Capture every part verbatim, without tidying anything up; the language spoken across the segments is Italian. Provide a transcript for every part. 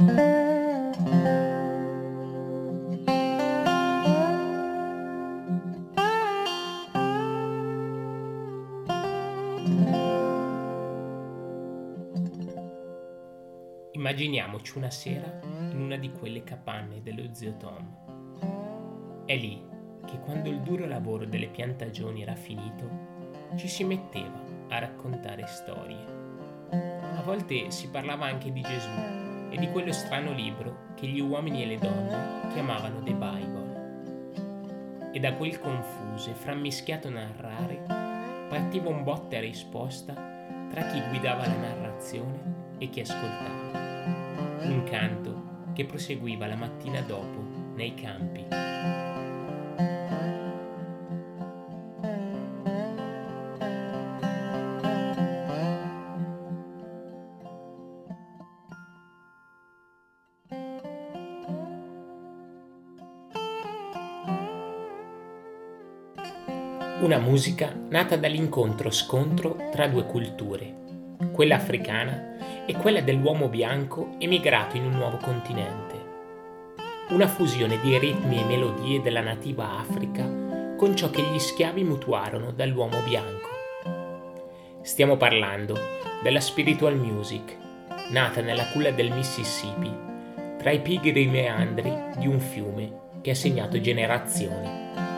Immaginiamoci una sera in una di quelle capanne dello zio Tom. È lì che, quando il duro lavoro delle piantagioni era finito, ci si metteva a raccontare storie. A volte si parlava anche di Gesù e di quello strano libro che gli uomini e le donne chiamavano The Bible. E da quel confuso e frammischiato narrare partiva un botte a risposta tra chi guidava la narrazione e chi ascoltava. Un canto che proseguiva la mattina dopo nei campi. Una musica nata dall'incontro-scontro tra due culture, quella africana e quella dell'uomo bianco emigrato in un nuovo continente. Una fusione di ritmi e melodie della nativa Africa con ciò che gli schiavi mutuarono dall'uomo bianco. Stiamo parlando della spiritual music, nata nella culla del Mississippi, tra i pigri meandri di un fiume che ha segnato generazioni.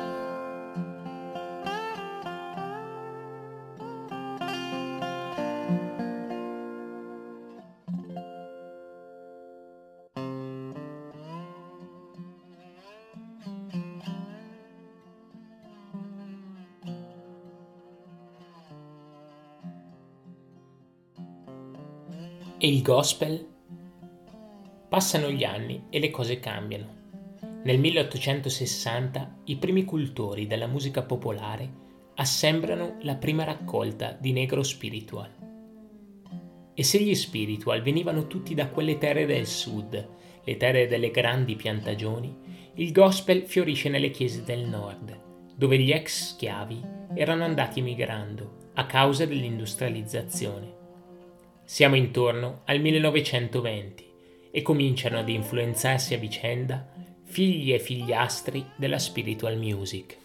E il gospel? Passano gli anni e le cose cambiano. Nel milleottocentosessanta i primi cultori della musica popolare assemblano la prima raccolta di negro spiritual. E se gli spiritual venivano tutti da quelle terre del sud, le terre delle grandi piantagioni, il gospel fiorisce nelle chiese del nord, dove gli ex schiavi erano andati emigrando a causa dell'industrializzazione. Siamo intorno al millenovecentoventi e cominciano ad influenzarsi a vicenda figli e figliastri della spiritual music.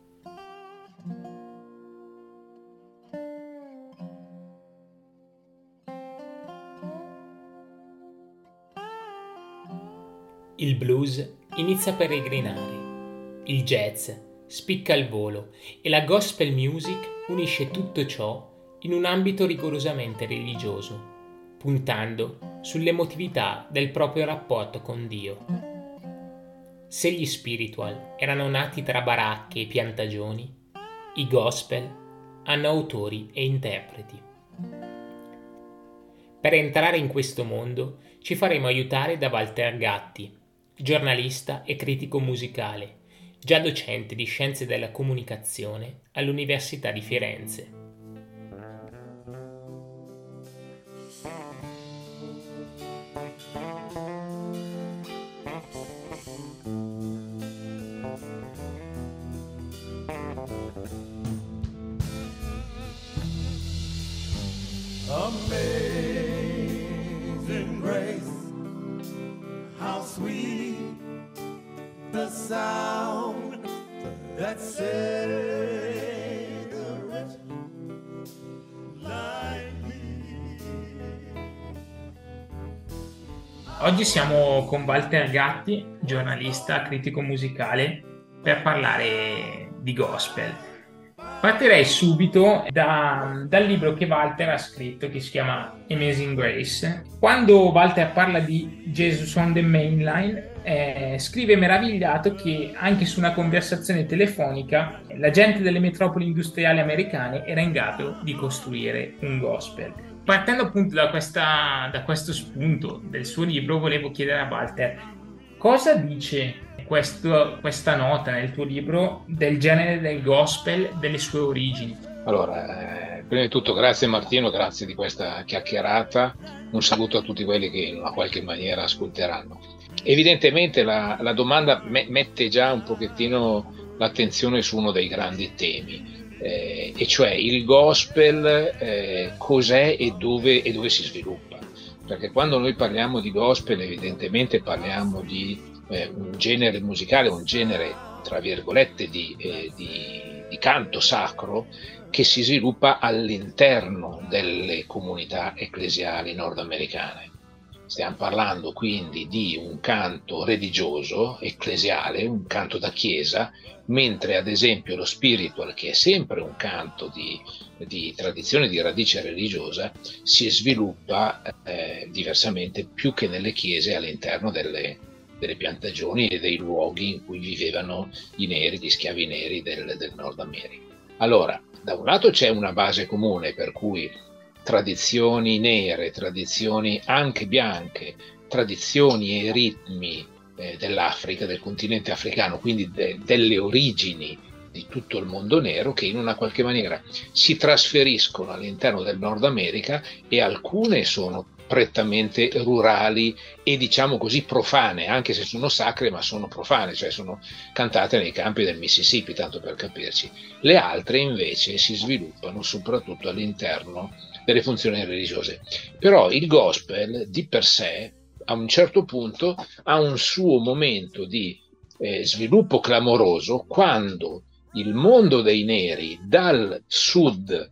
Il blues inizia a peregrinare, il jazz spicca il volo e la gospel music unisce tutto ciò in un ambito rigorosamente religioso, puntando sull'emotività del proprio rapporto con Dio. Se gli spiritual erano nati tra baracche e piantagioni, i gospel hanno autori e interpreti. Per entrare in questo mondo ci faremo aiutare da Walter Gatti, giornalista e critico musicale, già docente di scienze della comunicazione all'Università di Firenze. Amazing grace, how sweet the sound that saved a wretch like me. Oggi siamo con Walter Gatti, giornalista, critico musicale, per parlare di gospel. Partirei subito da, dal libro che Walter ha scritto, che si chiama Amazing Grace. Quando Walter parla di Jesus on the Mainline, eh, scrive meravigliato che anche su una conversazione telefonica la gente delle metropoli industriali americane era in grado di costruire un gospel. Partendo appunto da, questa, da questo spunto del suo libro, volevo chiedere a Walter cosa dice Questo, questa nota nel tuo libro del genere del gospel, delle sue origini. Allora, eh, prima di tutto grazie Martino, grazie di questa chiacchierata, un saluto a tutti quelli che in una qualche maniera ascolteranno. Evidentemente la, la domanda me, mette già un pochettino l'attenzione su uno dei grandi temi, eh, e cioè il gospel, eh, cos'è e dove, e dove si sviluppa. perché quando noi parliamo di gospel evidentemente parliamo di eh, un genere musicale, un genere tra virgolette di, eh, di, di canto sacro che si sviluppa all'interno delle comunità ecclesiali nordamericane. Stiamo parlando quindi di un canto religioso, ecclesiale, un canto da chiesa, mentre ad esempio lo spiritual, che è sempre un canto di, di tradizione di radice religiosa, si sviluppa eh, diversamente più che nelle chiese all'interno delle, delle piantagioni e dei luoghi in cui vivevano i neri, gli schiavi neri del, del Nord America. Allora, da un lato c'è una base comune per cui tradizioni nere, tradizioni anche bianche, tradizioni e ritmi eh, dell'Africa, del continente africano, quindi de- delle origini di tutto il mondo nero, che in una qualche maniera si trasferiscono all'interno del Nord America, e alcune sono prettamente rurali e diciamo così profane, anche se sono sacre, ma sono profane, cioè sono cantate nei campi del Mississippi, tanto per capirci. Le altre invece si sviluppano soprattutto all'interno delle funzioni religiose. Però il gospel di per sé a un certo punto ha un suo momento di eh, sviluppo clamoroso quando il mondo dei neri dal sud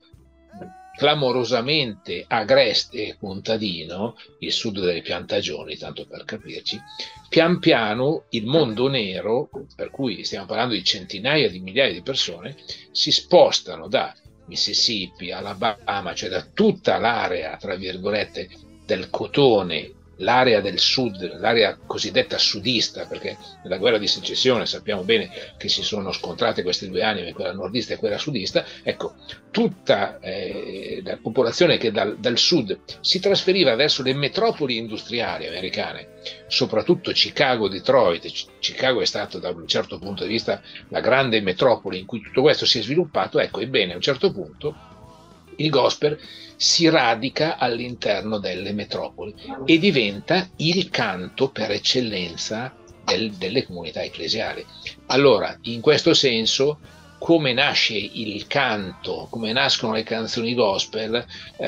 clamorosamente agreste e contadino, il sud delle piantagioni, tanto per capirci, pian piano il mondo nero, per cui stiamo parlando di centinaia di migliaia di persone, si spostano da Mississippi, Alabama, cioè da tutta l'area, tra virgolette, del cotone, l'area del sud, l'area cosiddetta sudista, perché nella guerra di secessione sappiamo bene che si sono scontrate queste due anime, quella nordista e quella sudista. Ecco, tutta eh, la popolazione che dal, dal sud si trasferiva verso le metropoli industriali americane, soprattutto Chicago, Detroit. Chicago è stato da un certo punto di vista la grande metropoli in cui tutto questo si è sviluppato. Ecco, ebbene, a un certo punto il gospel si radica all'interno delle metropoli e diventa il canto per eccellenza del, delle comunità ecclesiali. Allora, in questo senso, come nasce il canto, come nascono le canzoni gospel,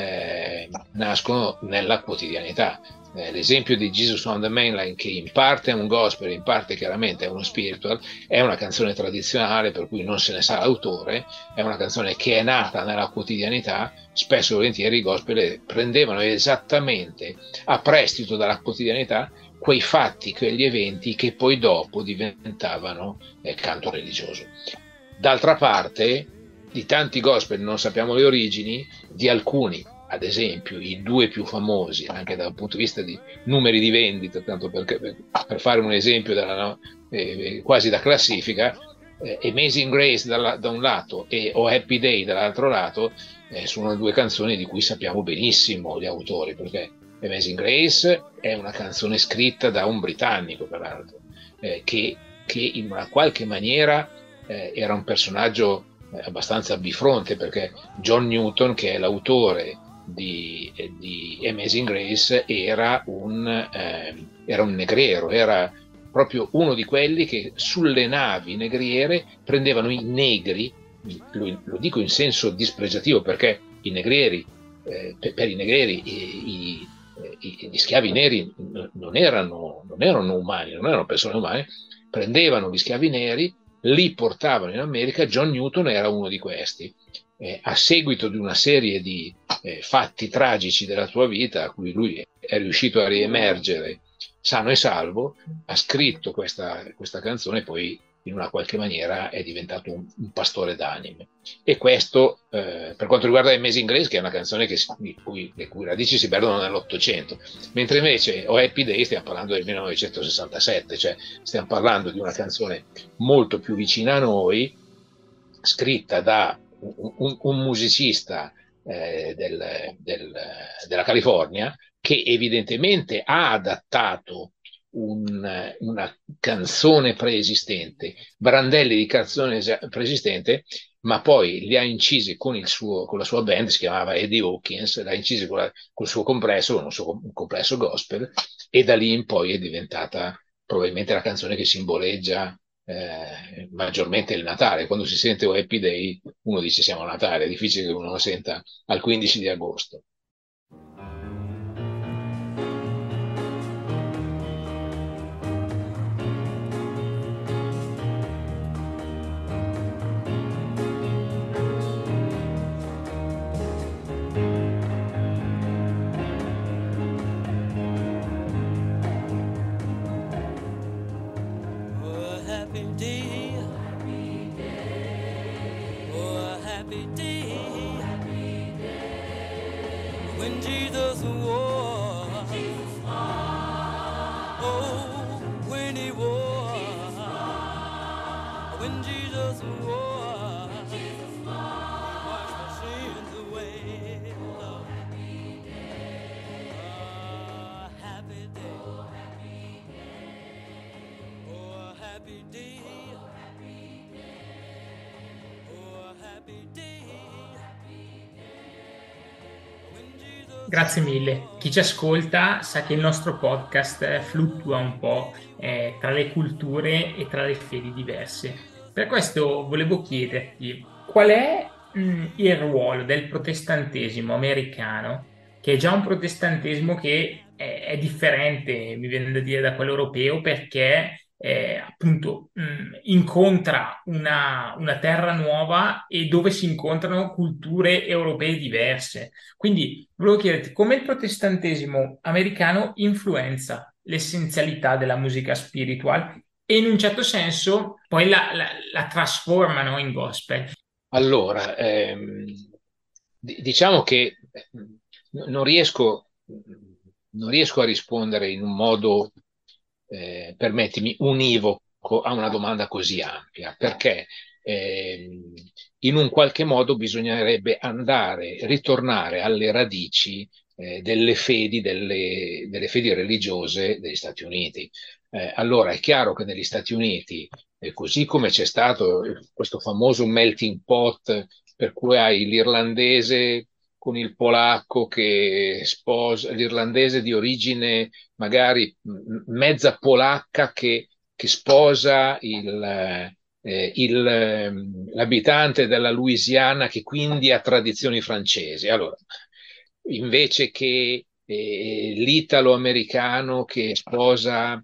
eh, nascono nella quotidianità. Eh, l'esempio di Jesus on the Mainline, che in parte è un gospel, in parte chiaramente è uno spiritual, è una canzone tradizionale per cui non se ne sa l'autore, è una canzone che è nata nella quotidianità. Spesso e volentieri i gospel prendevano esattamente a prestito dalla quotidianità quei fatti, quegli eventi che poi dopo diventavano eh, canto religioso. D'altra parte, di tanti gospel non sappiamo le origini, di alcuni, ad esempio i due più famosi, anche dal punto di vista di numeri di vendita, tanto per, per fare un esempio della, no, eh, quasi da classifica, eh, Amazing Grace da, da un lato e Oh Happy Day dall'altro lato, eh, sono due canzoni di cui sappiamo benissimo gli autori, perché Amazing Grace è una canzone scritta da un britannico, peraltro, eh, che, che in una qualche maniera eh, era un personaggio eh, abbastanza bifronte, perché John Newton, che è l'autore di, di Amazing Grace, era un, eh, era un negriero, era proprio uno di quelli che sulle navi negriere prendevano i negri, lo, lo dico in senso dispregiativo perché i negrieri, eh, per, per i negrieri i, i, gli schiavi neri non erano, non erano umani, non erano persone umane, prendevano gli schiavi neri, li portavano in America. John Newton era uno di questi. Eh, a seguito di una serie di eh, fatti tragici della sua vita, a cui lui è riuscito a riemergere sano e salvo, ha scritto questa, questa canzone e poi in una qualche maniera è diventato un, un pastore d'anime. E questo eh, per quanto riguarda Amazing Grace, che è una canzone che, di cui, le cui radici si perdono nell'Ottocento, mentre invece O Happy Day stiamo parlando del millenovecentosessantasette, cioè stiamo parlando di una canzone molto più vicina a noi, scritta da un, un, un musicista eh, del, del, della California, che evidentemente ha adattato un, una canzone preesistente, brandelli di canzone preesistente, ma poi li ha incisi con, il suo, con la sua band, si chiamava Eddie Hawkins, l'ha incisi con, la, col suo complesso, con un suo complesso gospel, e da lì in poi è diventata probabilmente la canzone che simboleggia eh, maggiormente il Natale. Quando si sente O Happy Day uno dice siamo a Natale, è difficile che uno lo senta al quindici di agosto. Grazie mille. Chi ci ascolta sa che il nostro podcast eh, fluttua un po' eh, tra le culture e tra le fedi diverse. Per questo volevo chiederti qual è mh, il ruolo del protestantesimo americano, che è già un protestantesimo che è, è differente, mi viene da dire, da quello europeo, perché eh, appunto mh, incontra una, una terra nuova e dove si incontrano culture europee diverse. Quindi volevo chiederti come il protestantesimo americano influenza l'essenzialità della musica spiritual e in un certo senso poi la, la- la trasformano in gospel. Allora, ehm, di- diciamo che eh, non riesco, non riesco a rispondere in un modo, eh, permettimi, univoco a una domanda così ampia, perché ehm, in un qualche modo bisognerebbe andare, ritornare alle radici eh, delle fedi, delle, delle fedi religiose degli Stati Uniti. Eh, allora è chiaro che negli Stati Uniti, eh, così come c'è stato questo famoso melting pot per cui hai l'irlandese con il polacco che sposa, l'irlandese di origine magari mh, mezza polacca che, che sposa il, eh, il, ehm, l'abitante della Louisiana che quindi ha tradizioni francesi. Allora, invece che eh, l'italo-americano che sposa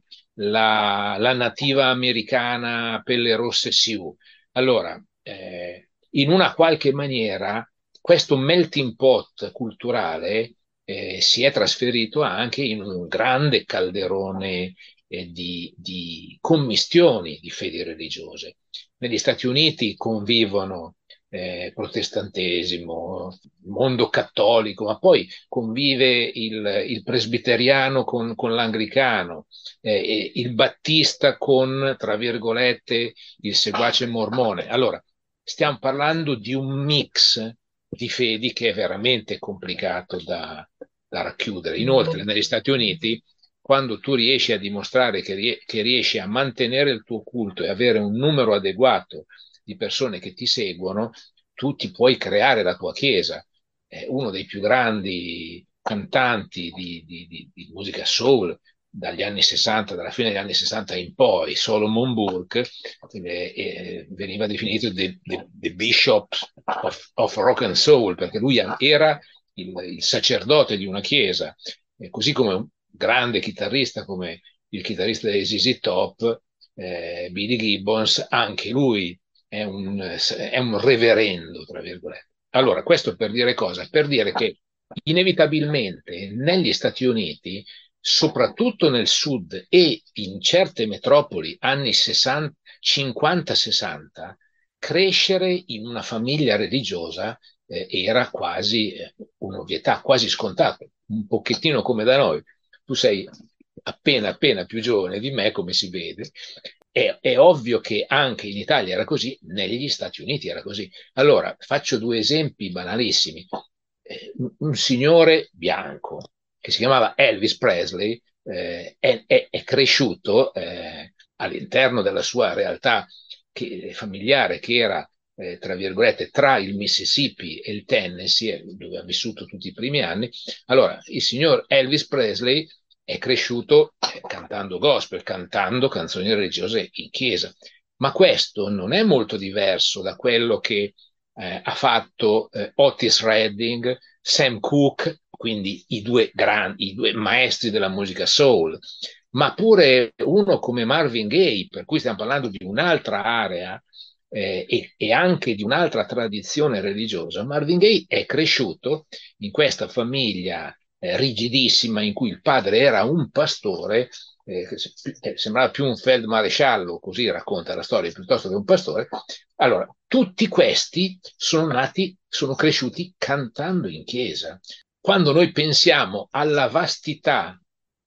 la, la nativa americana pelle rosse Sioux. Allora, eh, in una qualche maniera, questo melting pot culturale eh, si è trasferito anche in un grande calderone eh, di, di commistioni di fedi religiose. Negli Stati Uniti convivono eh, protestantesimo, mondo cattolico, ma poi convive il, il presbiteriano con, con l'anglicano, eh, il battista con, tra virgolette, il seguace mormone. Allora, stiamo parlando di un mix di fedi che è veramente complicato da, da racchiudere. Inoltre, negli Stati Uniti, quando tu riesci a dimostrare che, rie- che riesci a mantenere il tuo culto e avere un numero adeguato di persone che ti seguono, tu ti puoi creare la tua chiesa. È uno dei più grandi cantanti di, di- di- di musica soul dagli anni sessanta, dalla fine degli anni sessanta in poi, Solomon Burke, eh, eh, veniva definito the, the- the Bishop of, of Rock and Soul, perché lui era il, il sacerdote di una chiesa, eh, così come un grande chitarrista come il chitarrista dei Z Z Top, eh, Billy Gibbons, anche lui è un, è un reverendo, tra virgolette. Allora, questo per dire cosa? Per dire che inevitabilmente negli Stati Uniti, soprattutto nel sud e in certe metropoli anni sessanta, cinquanta sessanta, crescere in una famiglia religiosa eh, era quasi eh, un'ovvietà, quasi scontato, un pochettino come da noi. Tu sei appena appena più giovane di me, come si vede, è, è ovvio che anche in Italia era così, negli Stati Uniti era così. Allora, faccio due esempi banalissimi. Eh, un, un signore bianco che si chiamava Elvis Presley eh, è, è- è cresciuto eh, all'interno della sua realtà che- familiare, che era, eh, tra virgolette, tra il Mississippi e il Tennessee, dove ha vissuto tutti i primi anni. Allora, il signor Elvis Presley è cresciuto eh, cantando gospel, cantando canzoni religiose in chiesa. Ma questo non è molto diverso da quello che eh, ha fatto eh, Otis Redding, Sam Cooke, quindi i due, grandi, i due maestri della musica soul, ma pure uno come Marvin Gaye, per cui stiamo parlando di un'altra area eh, e, e anche di un'altra tradizione religiosa. Marvin Gaye è cresciuto in questa famiglia eh, rigidissima in cui il padre era un pastore, eh, che se- eh, sembrava più un feldmaresciallo, così racconta la storia, piuttosto che un pastore. Allora, tutti questi sono nati, sono cresciuti cantando in chiesa. Quando noi pensiamo alla vastità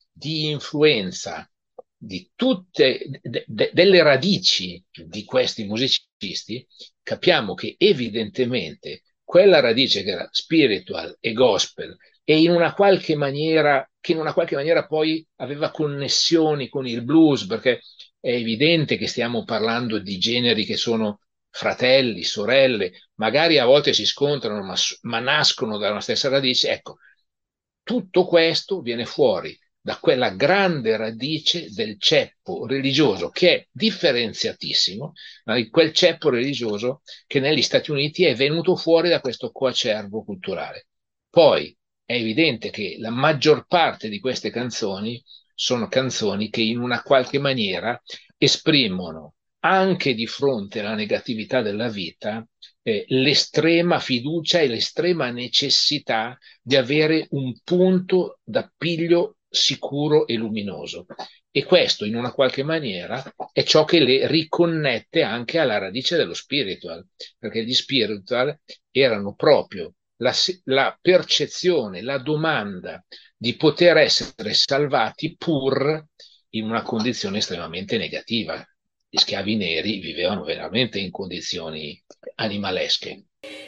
di influenza di tutte de- de- delle radici di questi musicisti, capiamo che evidentemente quella radice che era spiritual e gospel e in una qualche maniera, che in una qualche maniera poi aveva connessioni con il blues, perché è evidente che stiamo parlando di generi che sono fratelli, sorelle, magari a volte si scontrano, ma, ma nascono dalla stessa radice. Ecco, tutto questo viene fuori da quella grande radice del ceppo religioso che è differenziatissimo, ma di quel ceppo religioso che negli Stati Uniti è venuto fuori da questo coacervo culturale. Poi è evidente che la maggior parte di queste canzoni sono canzoni che in una qualche maniera esprimono anche di fronte alla negatività della vita eh, l'estrema fiducia e l'estrema necessità di avere un punto d'appiglio sicuro e luminoso. E questo in una qualche maniera è ciò che le riconnette anche alla radice dello spiritual, perché gli spiritual erano proprio la, la percezione, la domanda di poter essere salvati pur in una condizione estremamente negativa. Gli schiavi neri vivevano veramente in condizioni animalesche.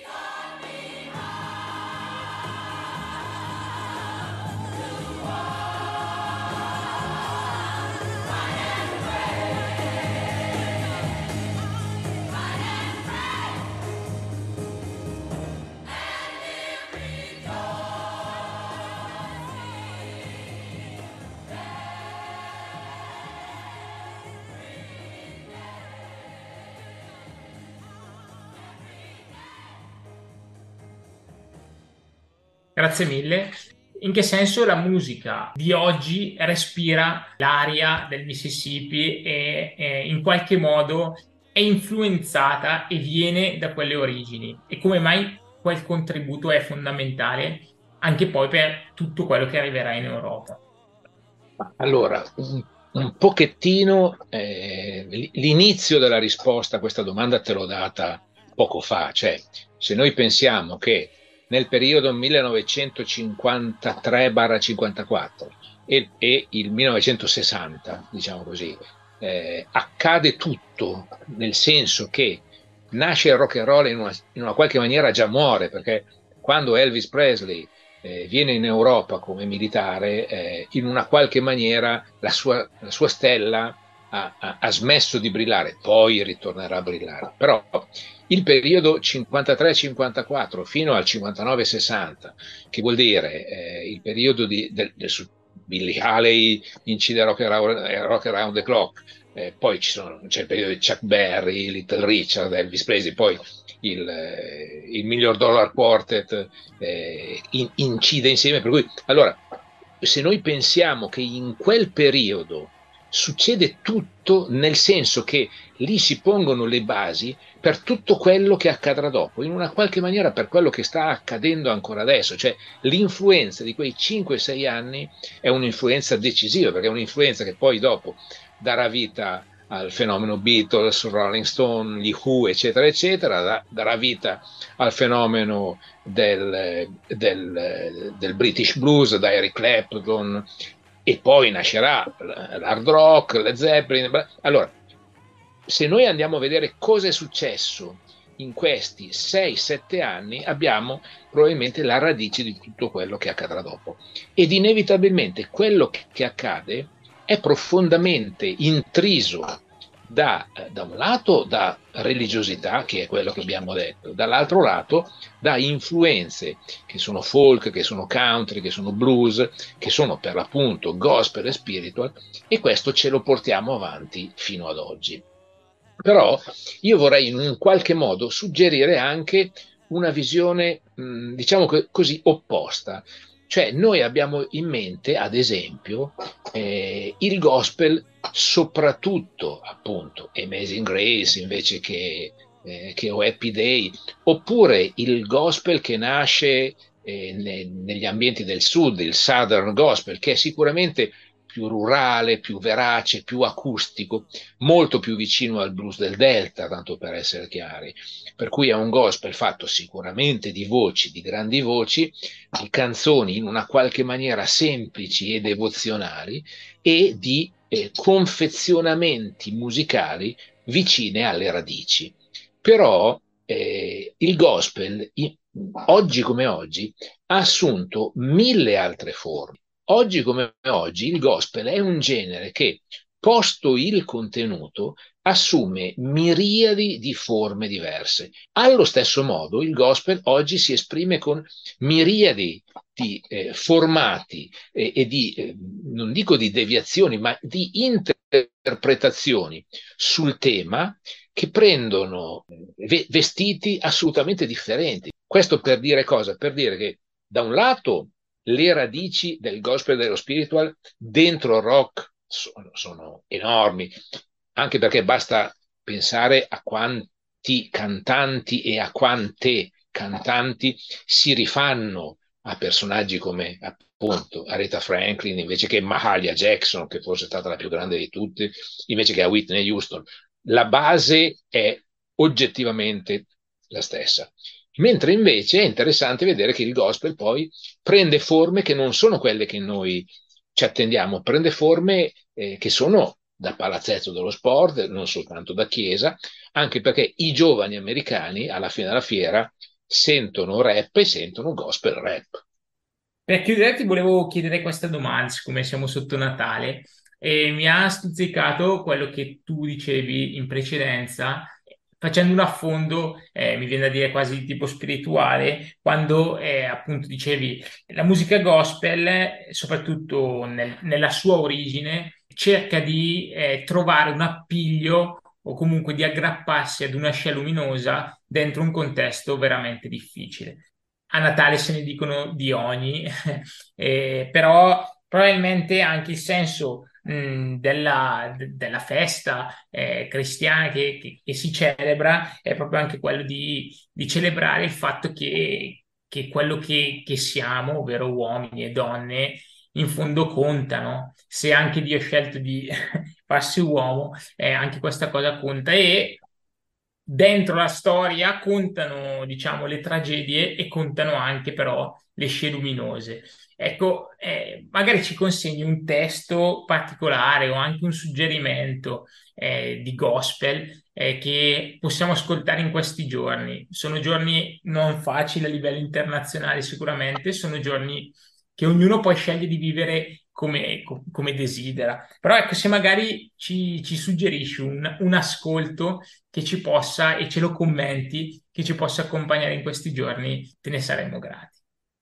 Grazie mille. In che senso la musica di oggi respira l'aria del Mississippi e, e in qualche modo è influenzata e viene da quelle origini? E come mai quel contributo è fondamentale anche poi per tutto quello che arriverà in Europa? Allora, un, un pochettino eh, l'inizio della risposta a questa domanda te l'ho data poco fa, cioè se noi pensiamo che nel periodo millenovecentocinquantatré cinquantaquattro e, e il millenovecentosessanta, diciamo così, eh, accade tutto, nel senso che nasce il rock and roll in una, in una qualche maniera già muore, perché quando Elvis Presley eh, viene in Europa come militare, eh, in una qualche maniera la sua, la sua stella ha, ha, ha smesso di brillare, poi ritornerà a brillare. Però il periodo cinquantatré cinquantaquattro fino al cinquantanove sessanta, che vuol dire eh, il periodo di, del, del Billy Haley incide Rock Around, Rock Around the Clock, eh, poi ci sono, c'è il periodo di Chuck Berry, Little Richard, Elvis Presley, poi il, eh, il Million Dollar Quartet eh, in, incide insieme. Per cui, allora, se noi pensiamo che in quel periodo succede tutto, nel senso che lì si pongono le basi per tutto quello che accadrà dopo, in una qualche maniera per quello che sta accadendo ancora adesso, cioè l'influenza di quei cinque sei anni è un'influenza decisiva, perché è un'influenza che poi dopo darà vita al fenomeno Beatles, Rolling Stone, gli Who, eccetera, eccetera, darà vita al fenomeno del, del, del British Blues, da Eric Clapton, e poi nascerà l'hard rock, Led Zeppelin. Allora, se noi andiamo a vedere cosa è successo in questi sei sette anni, abbiamo probabilmente la radice di tutto quello che accadrà dopo. Ed inevitabilmente quello che accade è profondamente intriso da, da un lato da religiosità, che è quello che abbiamo detto, dall'altro lato da influenze che sono folk, che sono country, che sono blues, che sono per l'appunto gospel e spiritual, e questo ce lo portiamo avanti fino ad oggi. Però io vorrei in un qualche modo suggerire anche una visione, mh, diciamo così, opposta. Cioè noi abbiamo in mente, ad esempio, eh, il gospel, soprattutto appunto Amazing Grace invece che, eh, che O Happy Day, oppure il gospel che nasce eh, ne, negli ambienti del sud, il Southern Gospel, che è sicuramente più rurale, più verace, più acustico, molto più vicino al blues del Delta, tanto per essere chiari. Per cui è un gospel fatto sicuramente di voci, di grandi voci, di canzoni in una qualche maniera semplici e devozionali e di eh, confezionamenti musicali vicine alle radici. Però eh, il gospel, in, oggi come oggi, ha assunto mille altre forme. Oggi come oggi il gospel è un genere che, posto il contenuto, assume miriadi di forme diverse. Allo stesso modo, il gospel oggi si esprime con miriadi di eh, formati eh, e di, eh, non dico di deviazioni, ma di interpretazioni sul tema che prendono ve- vestiti assolutamente differenti. Questo per dire cosa? Per dire che da un lato le radici del gospel e dello spiritual dentro il rock sono, sono enormi, anche perché basta pensare a quanti cantanti e a quante cantanti si rifanno a personaggi come appunto Aretha Franklin, invece che Mahalia Jackson, che forse è stata la più grande di tutte, invece che a Whitney Houston. La base è oggettivamente la stessa. Mentre invece è interessante vedere che il gospel poi prende forme che non sono quelle che noi ci attendiamo, prende forme eh, che sono da palazzetto dello sport, non soltanto da chiesa, anche perché i giovani americani alla fine della fiera sentono rap e sentono gospel rap. Per chiudere, ti volevo chiedere questa domanda, siccome siamo sotto Natale, e mi ha stuzzicato quello che tu dicevi in precedenza, facendo un affondo, eh, mi viene da dire quasi tipo spirituale, quando eh, appunto dicevi la musica gospel, eh, soprattutto nel- nella sua origine, cerca di eh, trovare un appiglio o comunque di aggrapparsi ad una scia luminosa dentro un contesto veramente difficile. A Natale se ne dicono di ogni, eh, però probabilmente anche il senso mh, della, de- della festa eh, cristiana che, che- che si celebra è proprio anche quello di, di celebrare il fatto che, che quello che, che siamo, ovvero uomini e donne, in fondo contano. Se anche Dio ha scelto di farsi uomo, eh, anche questa cosa conta e dentro la storia contano, diciamo, le tragedie e contano anche però le scie luminose. Ecco, eh, magari ci consegni un testo particolare o anche un suggerimento eh, di gospel eh, che possiamo ascoltare in questi giorni. Sono giorni non facili a livello internazionale sicuramente, sono giorni che ognuno poi sceglie di vivere come, co- come desidera. Però ecco, se magari ci, ci suggerisci un, un ascolto che ci possa, e ce lo commenti, che ci possa accompagnare in questi giorni, te ne saremmo grati.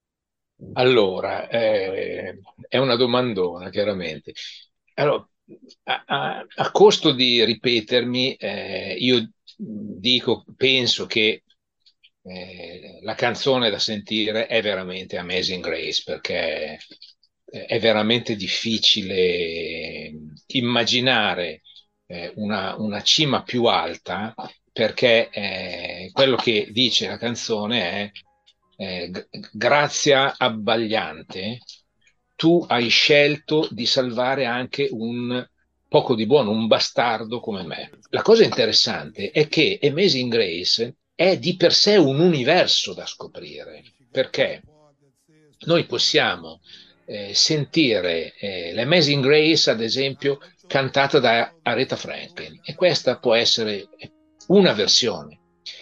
Allora, eh, è una domandona, chiaramente. Allora, a, a- a costo di ripetermi, eh, io dico, penso che eh, la canzone da sentire è veramente Amazing Grace, perché eh, è veramente difficile immaginare eh, una, una cima più alta, perché eh, quello che dice la canzone è eh, g- grazia abbagliante, tu hai scelto di salvare anche un poco di buono, un bastardo come me. La cosa interessante è che Amazing Grace è di per sé un universo da scoprire, perché noi possiamo eh, sentire eh, l'Amazing Grace, ad esempio, cantata da Aretha Franklin, e questa può essere una versione.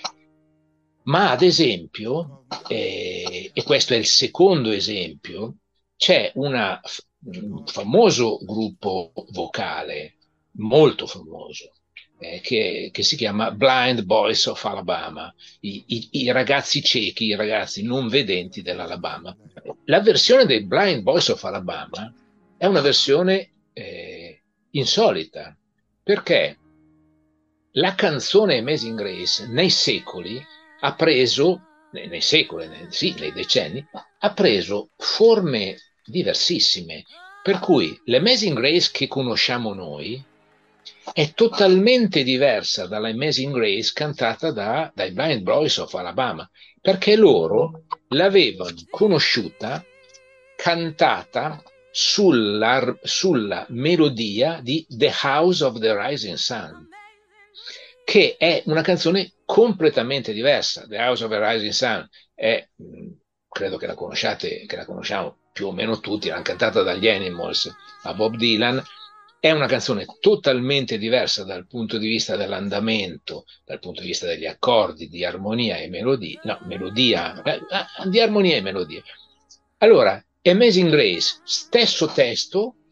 Ma ad esempio, eh, e questo è il secondo esempio, c'è una, un famoso gruppo vocale, molto famoso, eh, che, che si chiama Blind Boys of Alabama, i, i- i ragazzi ciechi, i ragazzi non vedenti dell'Alabama. La versione dei Blind Boys of Alabama è una versione eh, insolita, perché la canzone Amazing Grace nei secoli ha preso, nei, nei secoli, nei, sì, nei decenni, ha preso forme diversissime. Per cui l'Amazing Grace che conosciamo noi è totalmente diversa dall'Amazing Grace cantata da, dai Blind Boys of Alabama, perché loro l'avevano conosciuta cantata sulla, sulla melodia di The House of the Rising Sun, che è una canzone completamente diversa. The House of the Rising Sun è, mh, credo che la conosciate, che la conosciamo più o meno tutti, l'hanno cantata dagli Animals a Bob Dylan. È una canzone totalmente diversa dal punto di vista dell'andamento, dal punto di vista degli accordi, di armonia e melodia, no, melodia, eh, di armonia e melodia. Allora, Amazing Grace, stesso testo,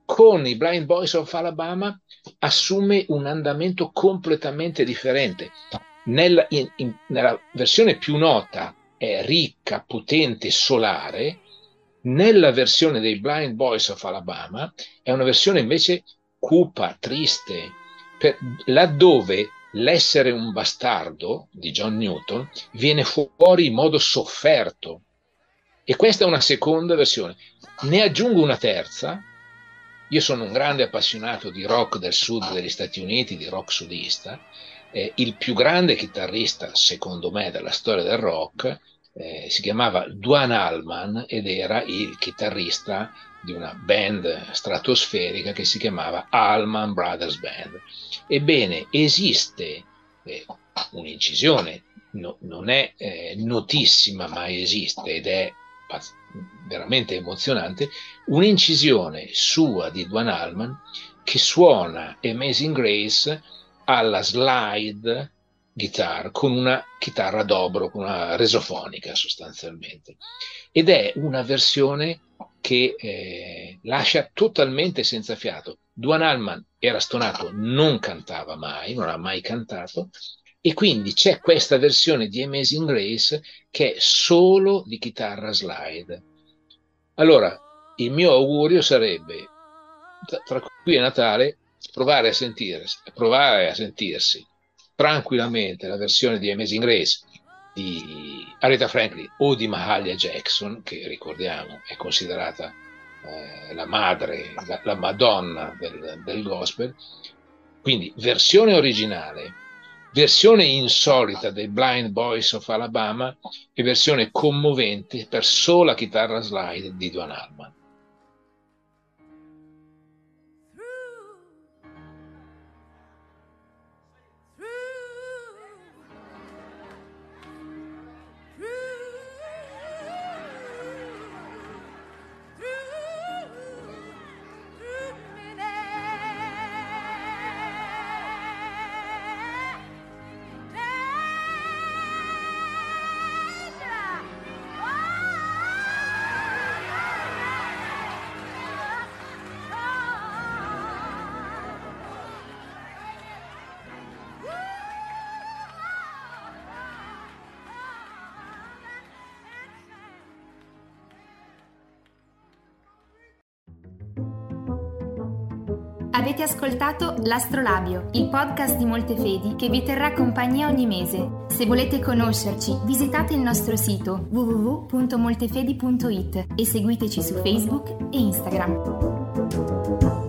con i Blind Boys of Alabama assume un andamento completamente differente. Nella, in, in, nella versione più nota è ricca, potente, solare. Nella versione dei Blind Boys of Alabama è una versione invece cupa, triste, per, laddove l'essere un bastardo di John Newton viene fuori in modo sofferto. E questa è una seconda versione. Ne aggiungo una terza. Io sono un grande appassionato di rock del sud degli Stati Uniti, di rock sudista. Eh, il più grande chitarrista, secondo me, della storia del rock eh, si chiamava Duane Allman ed era il chitarrista di una band stratosferica che si chiamava Allman Brothers Band. Ebbene, esiste eh, un'incisione, no, non è eh, notissima, ma esiste ed è veramente emozionante, un'incisione sua di Duane Allman che suona Amazing Grace alla slide guitar, con una chitarra dobro, con una resofonica sostanzialmente, ed è una versione che eh, lascia totalmente senza fiato. Duane Allman era stonato, non cantava mai, non ha mai cantato, e quindi c'è questa versione di Amazing Grace che è solo di chitarra slide. Allora, il mio augurio sarebbe, tra qui e Natale, provare a sentirsi, provare a sentirsi tranquillamente la versione di Amazing Grace di Aretha Franklin o di Mahalia Jackson, che ricordiamo è considerata eh, la madre, la, la Madonna del, del gospel. Quindi versione originale, versione insolita dei Blind Boys of Alabama e versione commovente per sola chitarra slide di Duane Allman. Avete ascoltato L'Astrolabio, il podcast di Moltefedi che vi terrà compagnia ogni mese. Se volete conoscerci, visitate il nostro sito w w w punto moltefedi punto it e seguiteci su Facebook e Instagram.